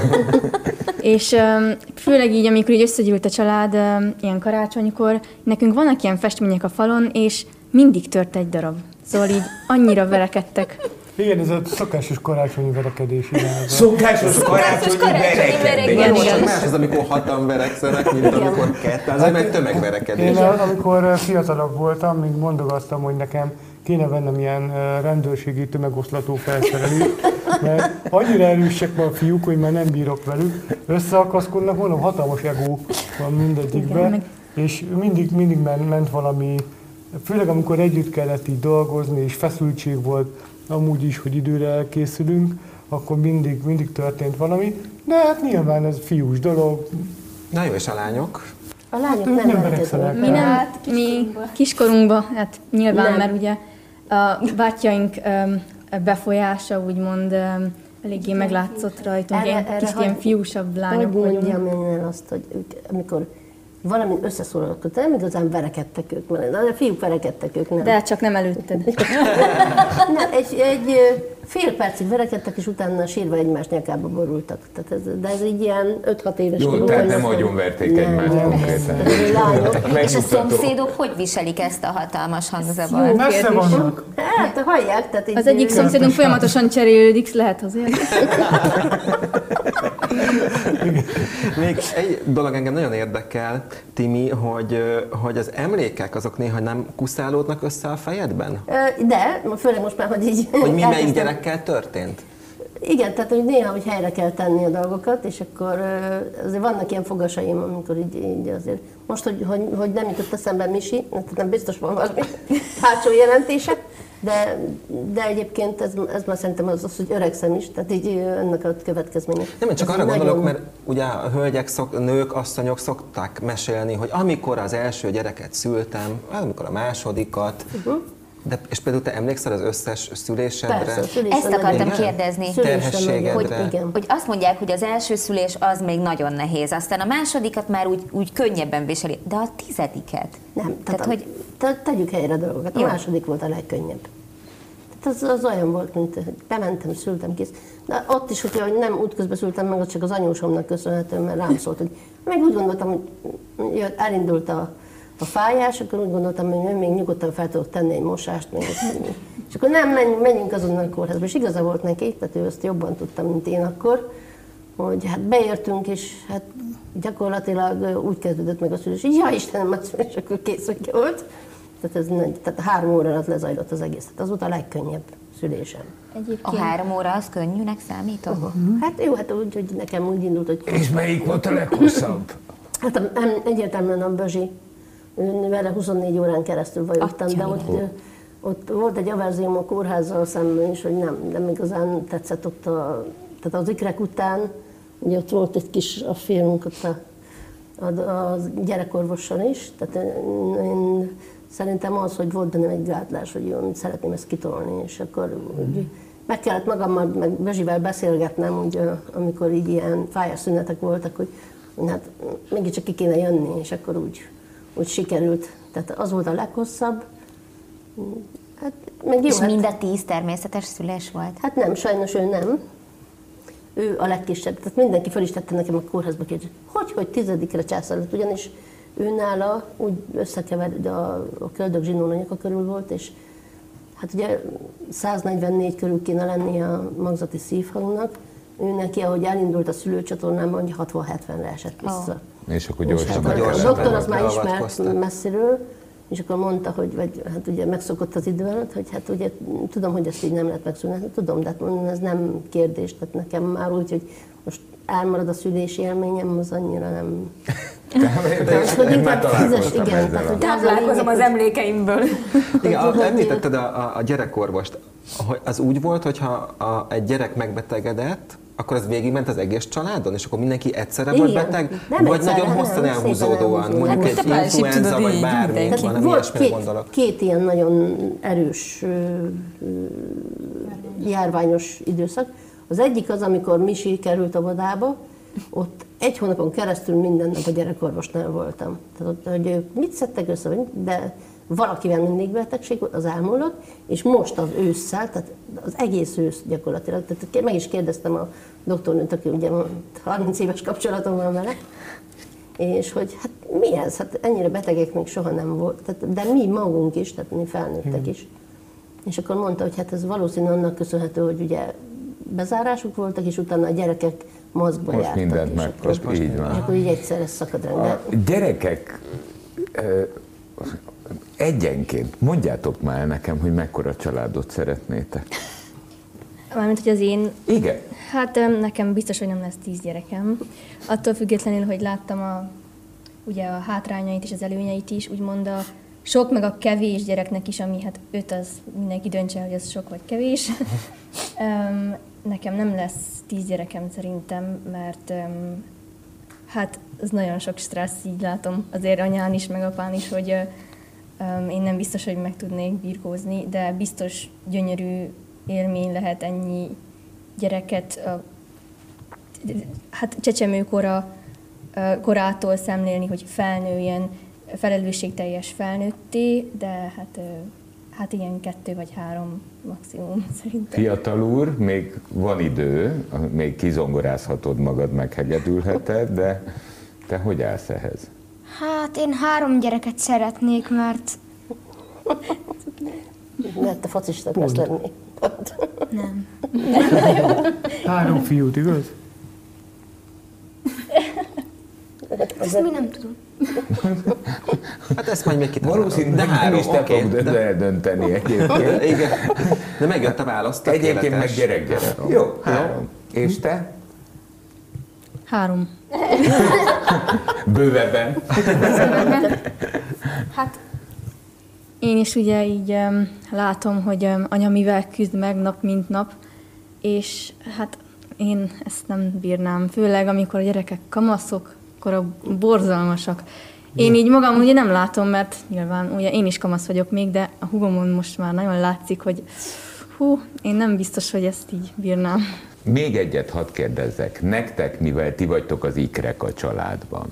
És öm, főleg így, amikor így összegyűlt a család öm, ilyen karácsonykor, nekünk vannak ilyen festmények a falon, és mindig tört egy darab. Szóval így annyira verekedtek. Igen, ez a szokásos karácsonyi verekedés irányba. Szokásos karácsonyi verekedés. Igen, igen. csak más az, amikor hatan verekszenek, mint amikor ketten. Az meg tömegverekedés. Én a- amikor fiatalabb voltam, még mondogattam, hogy nekem kéne vennem ilyen ö, rendőrségi tömegoszlató felszerelést, mert annyira erősek már a fiúk, hogy már nem bírok velük. Összeakaszkodnak, mondom, hatalmas egó van mindegyikben, és mindig, mindig ment, ment valami, főleg amikor együtt kellett így dolgozni, és feszültség volt, amúgy is, hogy időre elkészülünk, akkor mindig, mindig történt valami, de hát nyilván ez fiús dolog. Na jó, és a lányok? A lányok ők nem nem verekednek. verekszenek. Mi nem, mi kiskorunkban, hát nyilván, Nem. mert ugye a bátyjaink öm, befolyása úgymond öm, eléggé meglátszott rajtunk, Erre- ilyen erre kicsit hagy- ilyen fiúsabb lányok Hogy vagyunk. mondjam én azt, hogy ők, amikor valami összeszólalnak, akkor nem igazán verekedtek ők, mert a fiúk verekedtek ők, nem. De csak nem előtted. Nem, egy, egy ö, fél percig verekedtek, és utána sírva egymás nyakába borultak. Tehát ez, de ez így ilyen öt-hat éves Jó, koruk, tehát vagy nem azt- agyonverték Nem, egymást nem. konkrétan. Tehát ez lányok. És a Megnyugtató. szomszédok hogy viselik ezt a hatalmas hangzavart? Messze vannak. Hát, hallják, tehát így, Az egyik szomszédunk folyamatosan cserélődik, lehet azért. Még egy dolog engem nagyon érdekel, Timi, hogy, hogy az emlékek azok néha nem kuszálódnak össze a fejedben? Ö, De, főleg most már, hogy így... Hogy mi melyik elkezdtem- gyerekkel történt? Igen, tehát hogy néha hogy helyre kell tenni a dolgokat, és akkor ö, azért vannak ilyen fogasaim, amikor így, így azért... Most, hogy, hogy, hogy nem jutott eszembe Misi, tehát nem biztos van valami hátsó jelentése, De, de egyébként ez, ez már szerintem az, az, hogy öregszem is, tehát így ennek a következménye. Nem, én csak ez arra nagyon... gondolok, mert ugye a hölgyek, szok, nők, asszonyok szokták mesélni, hogy amikor az első gyereket szültem, amikor a másodikat, uh-huh. De, és például te emlékszel az összes szülésedre? Persze, szülésen ezt akartam igen? kérdezni, Terhességedre. hogy, igen. hogy azt mondják, hogy az első szülés az még nagyon nehéz, aztán a másodikat már úgy, úgy könnyebben viseli, de a tizediket? Nem, tehát, tehát a, hogy... te, tegyük helyre a dolgokat, a Jó. második volt a legkönnyebb. Tehát az, az olyan volt, mint hogy bementem, szültem, kész. De ott is, hogyha hogy nem útközben szültem meg, az csak az anyósomnak köszönhető, mert rám szólt, hogy meg úgy gondoltam, hogy jött, elindult a a fájás, akkor úgy gondoltam, hogy még nyugodtan fel tudok tenni egy mosást, még és akkor nem, menjünk, menjünk azonnal a kórházba. És igaza volt neki, tehát ő ezt jobban tudta, mint én akkor, hogy hát beértünk, és hát gyakorlatilag úgy kezdődött meg a szülés, hogy ja Istenem, a szülés, akkor kész, hogy volt. Tehát, ez nagy, tehát három óra alatt lezajlott az egész. Tehát az volt a legkönnyebb szülésem. Egyébként... A három óra az könnyűnek számított? Uh-huh. Hát jó, hát úgy, hogy nekem úgy indult, hogy... És melyik volt a leghosszabb? Hát egyértelműen a Bözsi. Vele huszonnégy órán keresztül vajogtam, de ott, ott volt egy averzióm a kórházzal szemben is, hogy nem, nem igazán tetszett ott a, tehát az ikrek után, ugye ott volt egy kis a filmünk ott a, a, a gyerekorvossal is, tehát én, én szerintem az, hogy volt bennem egy gátlás, hogy jó, szeretném ezt kitolni, és akkor úgy, meg kellett magammal, meg Bezsivel beszélgetnem, úgy, amikor így ilyen fájás szünetek voltak, hogy, hogy hát mégiscsak ki kéne jönni, és akkor úgy úgy sikerült. Tehát az volt a leghosszabb. Hát, meg jó, és hát, mind a tíz természetes szülés volt? Hát nem, sajnos ő nem. Ő a legkisebb. Tehát mindenki fel is tette nekem a kórházba kérdést, hogy, hogy tizedikre császár lett, ugyanis ő nála úgy összekevert, a, a köldök zsinóranyaka körül volt, és hát ugye száznegyvennégy körül kéne lenni a magzati szívhalunknak, ő neki, ahogy elindult a szülőcsatornában, hogy hatvan-hetvenre esett vissza. Oh. És akkor gyorsan. gyorsan. Hát, gyorsan a doktor az már ismert messziről, és akkor mondta, hogy vagy, hát ugye megszokott az idő alatt, hogy hát ugye tudom, hogy ezt így nem lehet megszülni. Hát, tudom, de hát mondom, ez nem kérdés, tehát nekem már úgy, hogy most elmarad a szülési élményem, az annyira nem... Tehát, hogy inkább tízes, igen. Táplálkozom az emlékeimből. Igen, említetted a, a, a gyerekorvost. Az úgy volt, hogyha a, egy gyerek megbetegedett, akkor az végigment az egész családon, és akkor mindenki egyszerre igen. volt beteg? Nem vagy egyszerre, nagyon hosszan elhúzódóan, mondjuk egy influenza, vagy bármi, valami ilyesmire gondolok. Két ilyen nagyon erős járványos időszak. Az egyik az, amikor Misi került óvodába, ott egy hónapon keresztül minden nap a gyerekorvosnál voltam. Tehát ott, hogy ők mit szedtek össze, de valakivel mindig betegség volt, az elmúlott, és most az ősszel, tehát az egész ősz gyakorlatilag, tehát meg is kérdeztem a doktornőt, aki ugye harminc éves kapcsolatom van vele, és hogy hát mi ez, hát ennyire betegek még soha nem volt, tehát, de mi magunk is, tehát mi felnőttek is. És akkor mondta, hogy hát ez valószínűleg annak köszönhető, hogy ugye bezárásuk voltak, és utána a gyerekek maszkba most jártak. mindent megkap, így van. És akkor így egyszerre szakad rá. A gyerekek egyenként mondjátok már nekem, hogy mekkora családot szeretnétek. Mármint, hogy az én... Igen. Hát nekem biztos, hogy nem lesz tíz gyerekem. Attól függetlenül, hogy láttam a, ugye a hátrányait és az előnyeit is, úgymond a sok meg a kevés gyereknek is, ami hát öt, az mindenki döntse, hogy az sok vagy kevés. um, nekem nem lesz tíz gyerekem szerintem, mert um, hát ez nagyon sok stressz, így látom azért anyán is, meg apán is, hogy um, én nem biztos, hogy meg tudnék birkózni, de biztos gyönyörű élmény lehet ennyi gyereket, uh, hát csecsemőkora uh, korától szemlélni, hogy felnőjen, felelősségteljes felnőtté, de hát, uh, hát ilyen kettő vagy három maximum szerintem. Fiatal úr, még van idő, még kizongorázhatod magad, meghegedülheted, de te hogy állsz ehhez? Hát én három gyereket szeretnék, mert... Mert te focista akarsz lenni. Nem. Három fiút, igaz? Ezt mi nem tudom. Hát ezt majd még kitalálom. Valószínűleg nem is te fogod de... eldönteni egyébként. Igen. De megjött a választ. Egyébként meg gyerek-gyerek. Jó, három. És te? Három. Bővebben. Hát Én is ugye így um, látom, hogy um, anya mivel küzd meg nap mint nap, és hát én ezt nem bírnám, főleg amikor a gyerekek kamaszok, akkor a borzalmasak. Én így magam ugye nem látom, mert nyilván ugye én is kamasz vagyok még, de a hugomon most már nagyon látszik, hogy hú, én nem biztos, hogy ezt így bírnám. Még egyet hadd kérdezzek, nektek, mivel ti vagytok az ikrek a családban,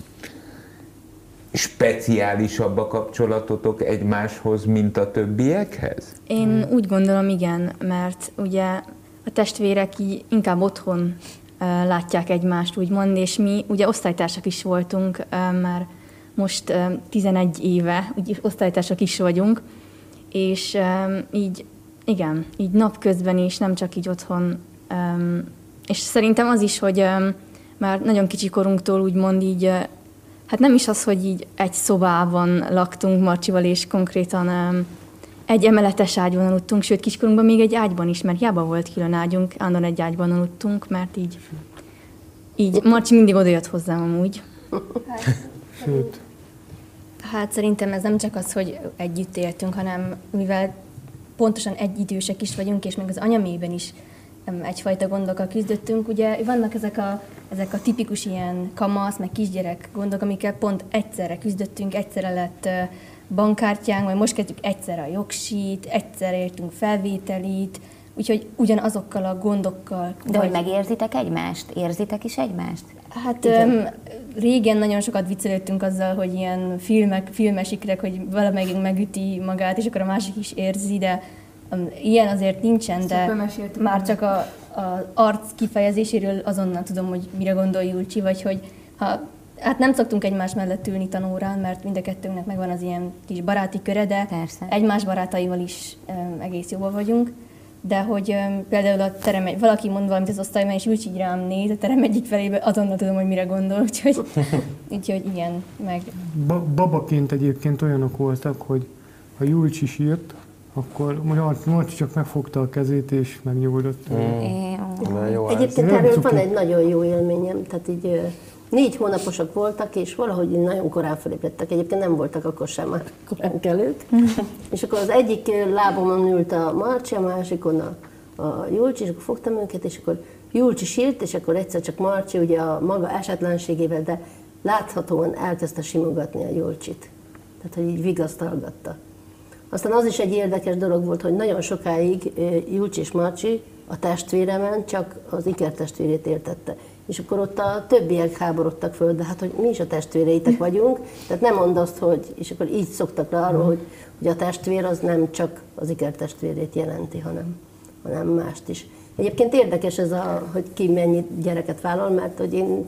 speciálisabb a kapcsolatotok egymáshoz, mint a többiekhez? Én úgy gondolom, igen, mert ugye a testvérek így inkább otthon uh, látják egymást, úgymond, és mi ugye osztálytársak is voltunk, uh, már most uh, tizenegy éve, úgy osztálytársak is vagyunk, és um, így, igen, így napközben is, nem csak így otthon, um, és szerintem az is, hogy um, már nagyon kicsi korunktól úgymond így, uh, hát nem is az, hogy így egy szobában laktunk Marcsival, és konkrétan um, egy emeletes ágyban aludtunk, sőt kiskorunkban még egy ágyban is, mert hiába volt külön ágyunk, állandóan egy ágyban aludtunk, mert így, így Marcsi mindig odajött hozzám amúgy. Sőt. Hát szerintem ez nem csak az, hogy együtt éltünk, hanem mivel pontosan egyidősek is vagyunk, és meg az anyamében is egyfajta gondokkal küzdöttünk, ugye vannak ezek a, ezek a tipikus ilyen kamasz, meg kisgyerek gondok, amikkel pont egyszerre küzdöttünk, egyszerre lett bankkártyánk, vagy most kezdjük egyszerre a jogsít, egyszerre értünk felvételit, úgyhogy ugyanazokkal a gondokkal. De hogy megérzitek egymást? Érzitek is egymást? Hát um, régen nagyon sokat viccelődtünk azzal, hogy ilyen filmek, filmes ikrek, hogy valamelyik megüti magát, és akkor a másik is érzi, de um, ilyen azért nincsen, de már csak a, a arc kifejezéséről azonnal tudom, hogy mire gondol Julcsi, vagy hogy ha, hát nem szoktunk egymás mellett ülni tanórán, mert mind a kettőnknek megvan az ilyen kis baráti köre, de persze, egymás barátaival is um, egész jóban vagyunk. De hogy um, például a terem, valaki mond valamit az osztályban, és Julcsi így rám néz, a terem egyik felébe azonnal tudom, hogy mire gondol, úgyhogy, úgyhogy igen, meg... Ba- babaként egyébként olyanok voltak, hogy ha Julcsi sírt, akkor Marci csak megfogta a kezét és megnyugodott. Mm. Jó, egyébként erről van egy nagyon jó élményem, tehát így négy hónaposak voltak, és valahogy nagyon korán felébredtek. Egyébként nem voltak akkor sem már korán kelők. És akkor az egyik lábomon ült a Marcsi, a másikon a, a Julcsi, és akkor fogtam őket, és akkor Julcsi sírt, és akkor egyszer csak Marcsi ugye a maga esetlenségével, de láthatóan elkezdte simogatni a Julcsit. Tehát, hogy így vigasztalgatta. Aztán az is egy érdekes dolog volt, hogy nagyon sokáig Julcsi és Marcsi a testvéremen csak az ikertestvérét értette. És akkor ott a többiek háborodtak föl, de hát, hogy mi is a testvéreitek vagyunk, tehát nem mondd azt, hogy, és akkor így szoktak le arról, hogy, hogy a testvér az nem csak az ikertestvérét jelenti, hanem, hanem mást is. Egyébként érdekes ez, a, hogy ki mennyi gyereket vállal, mert hogy én,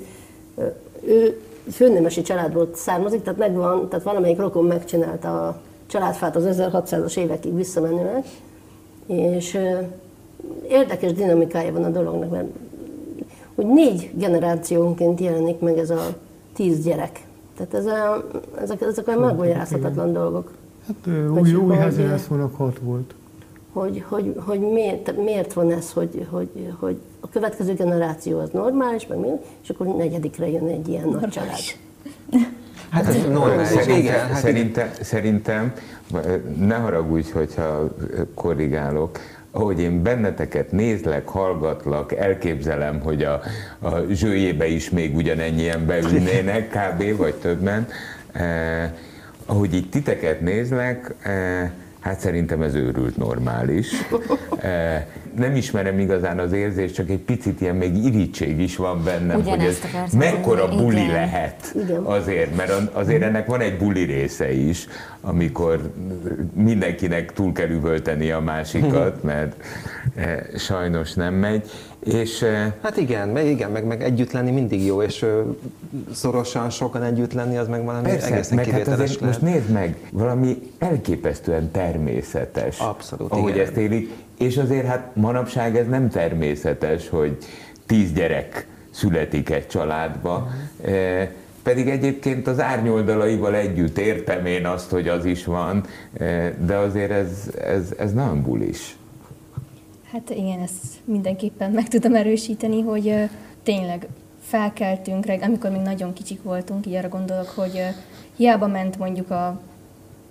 ő főnemesi családból származik, tehát megvan, tehát valamelyik rokon megcsinálta a családfát az ezerhatszázas évekig visszamenőleg, és érdekes dinamikája van a dolognak, mert hogy négy generációnként jelenik meg ez a tíz gyerek. Tehát ez a, ezek, ezek olyan megmagyarázhatatlan dolgok. Hát új, új házjászónak hat volt. Hogy, hogy, hogy miért, miért van ez, hogy, hogy, hogy a következő generáció az normális, meg mi, és akkor negyedikre jön egy ilyen nagy család. Hát ez normális. Szerintem, szerintem, szerintem, ne haragudj, hogyha korrigálok, ahogy én benneteket nézlek, hallgatlak, elképzelem, hogy a, a zsőjébe is még ugyanennyien beülnének, kb. Vagy többen. Eh, ahogy így titeket nézlek, eh, hát szerintem ez őrült normális. Eh, nem ismerem igazán az érzést, csak egy picit ilyen még irítség is van bennem, ugyanezt hogy ez mekkora buli igen. lehet Igen. azért, mert azért ennek van egy buli része is, amikor mindenkinek túl kell üvölteni a másikat, mert eh, sajnos nem megy. És, eh, hát igen, meg, igen meg, meg együtt lenni mindig jó, és ö, szorosan, sokan együtt lenni, az meg valami persze, egészen meg kivételes hát azért lehet. most nézd meg, valami elképesztően természetes, abszolút, ahogy igen. ezt élik, és azért hát manapság ez nem természetes, hogy tíz gyerek születik egy családba, eh, pedig egyébként az árnyoldalaival együtt értem én azt, hogy az is van, eh, de azért ez, ez, ez nagyon bulis. Hát igen, ezt mindenképpen meg tudom erősíteni, hogy uh, tényleg felkeltünk, amikor még nagyon kicsik voltunk, így arra gondolok, hogy uh, hiába ment mondjuk a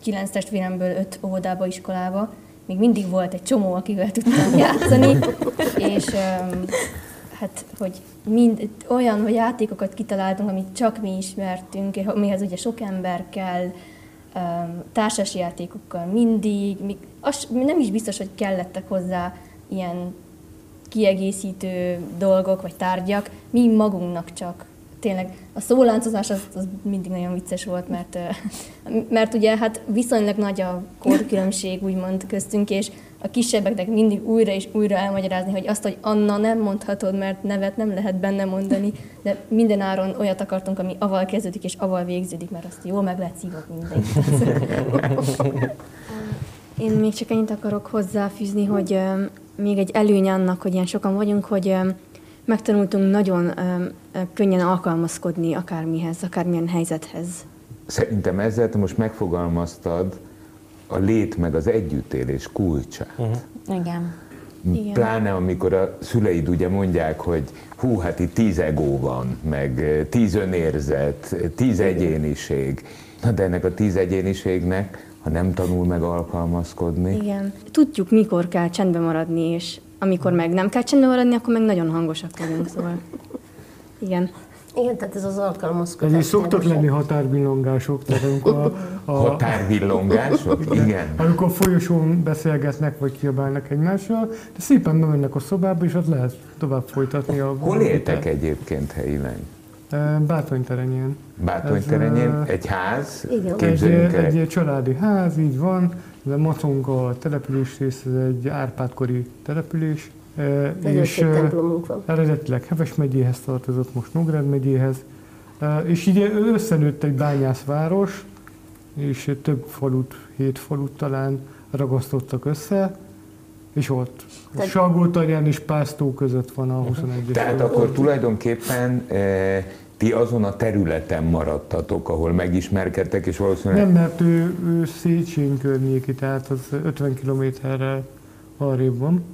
kilenc testvéremből öt óvodába, iskolába, még mindig volt egy csomó, akivel tudtam játszani, és um, hát, hogy mind olyan hogy játékokat kitaláltunk, amit csak mi ismertünk, amihez ugye sok ember kell, um, társas játékokkal mindig, még az, nem is biztos, hogy kellettek hozzá ilyen kiegészítő dolgok vagy tárgyak, mi magunknak csak. Tényleg a szóláncozás az, az mindig nagyon vicces volt, mert, mert ugye hát viszonylag nagy a korkülönbség úgymond köztünk, és a kisebbeknek mindig újra és újra elmagyarázni, hogy azt, hogy Anna nem mondhatod, mert nevet nem lehet benne mondani, de minden áron olyat akartunk, ami aval kezdődik és aval végződik, mert azt jól meg lehet szívatni mindenki. Én még csak ennyit akarok hozzáfűzni, hogy um, még egy előny annak, hogy ilyen sokan vagyunk, hogy um, megtanultunk nagyon um, könnyen alkalmazkodni akármihez, akármilyen helyzethez. Szerintem ezzel te most megfogalmaztad a lét meg az együttélés kulcsát. Uh-huh. Igen. Igen. Pláne amikor a szüleid ugye mondják, hogy hú, hát itt tíz egó van, meg tíz önérzet, tíz egyéniség. Na de ennek a tíz egyéniségnek, ha nem tanul meg alkalmazkodni. Igen. Tudjuk, mikor kell csendben maradni, és amikor meg nem kell csendben maradni, akkor meg nagyon hangosak vagyunk, szóval. Igen. Igen, tehát ez az alkalmazkodás. Ezért szoktak lenni határbillongások, tehát amikor a, a... Határbillongások? Igen. Amikor folyosón beszélgetnek, vagy kiabálnak egymással, de szépen bemennek a szobába, és ott lehet tovább folytatni a... Hol éltek egyébként helyileg? Bátonyterenyén. Bátonyterenyén? Egy ház? Igen. Egy, egy családi ház, így van. Ez a Maconga település rész, ez egy Árpád-kori település. Nagyon és szép templomunk van. Eredetileg Heves megyéhez tartozott, most Nógrád megyéhez. És így összenőtt egy bányászváros, és több falut, hét falut talán ragasztottak össze, és ott Te... Salgótarján és Pásztó között van a huszonegyes. Tehát falut. Akkor tulajdonképpen e, ti azon a területen maradtatok, ahol megismerkedtek, és valószínűleg... Nem, mert ő, ő Széchenyi környéki, tehát az ötven kilométerrel arrébb van.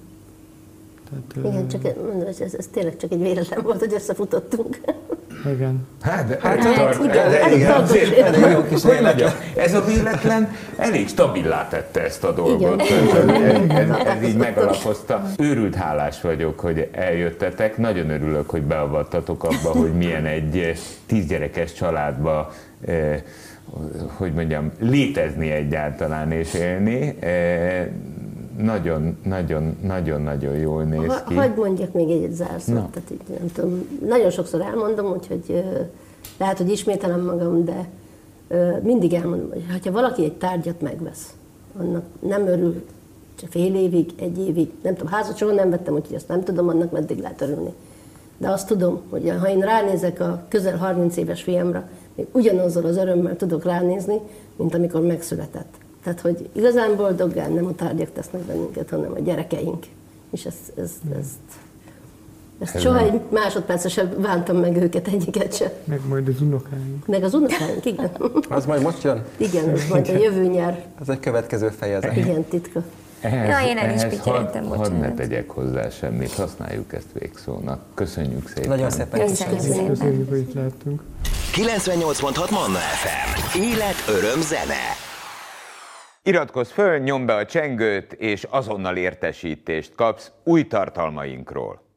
Tehát, igen, csak ez, ez tényleg csak egy véletlen volt, hogy összefutottunk. Igen. Hát, de, hát, hát, igen, igen, azért, hogy mondjam, ez a véletlen elég stabilá tette ezt a dolgot. Ez, ez, ez így megalapozta. Őrült hálás vagyok, hogy eljöttetek. Nagyon örülök, hogy beavattatok abba, hogy milyen egy tízgyerekes családba, eh, hogy mondjam, létezni egyáltalán és élni. Eh, Nagyon, nagyon, nagyon, nagyon jól néz ki. Hadd mondjak még egy zárszót, no. Tehát így, nem tudom, nagyon sokszor elmondom, úgyhogy lehet, hogy ismételem magam, de mindig elmondom, hogy ha valaki egy tárgyat megvesz, annak nem örül csak fél évig, egy évig, nem tudom, házat soha nem vettem, úgyhogy azt nem tudom, annak meddig lehet örülni. De azt tudom, hogy ha én ránézek a közel harminc éves fiamra, még ugyanazzal az örömmel tudok ránézni, mint amikor megszületett. Tehát, hogy igazán boldoggá nem a tárgyak tesznek bennünket, hanem a gyerekeink. És ezt, ezt, ezt, ezt Ez soha nem. egy másodpercre sem bántam meg őket, egyiket sem. Meg majd az unokáink. Meg az unokáink, igen. Az majd most jön? Igen, ez majd a jövő nyár. Ez egy következő fejezet. Igen, titka. Ehhez, ja, én el is ehhez hadd had ne tegyek hozzá semmit, használjuk ezt végszónak. Köszönjük szépen. Nagyon szépen köszönjük. Köszönjük, köszönjük, hogy itt lehettünk. kilencvennyolc pont hat Manna ef em. Élet, öröm, zene. Iratkozz föl, nyomd be a csengőt, és azonnal értesítést kapsz új tartalmainkról.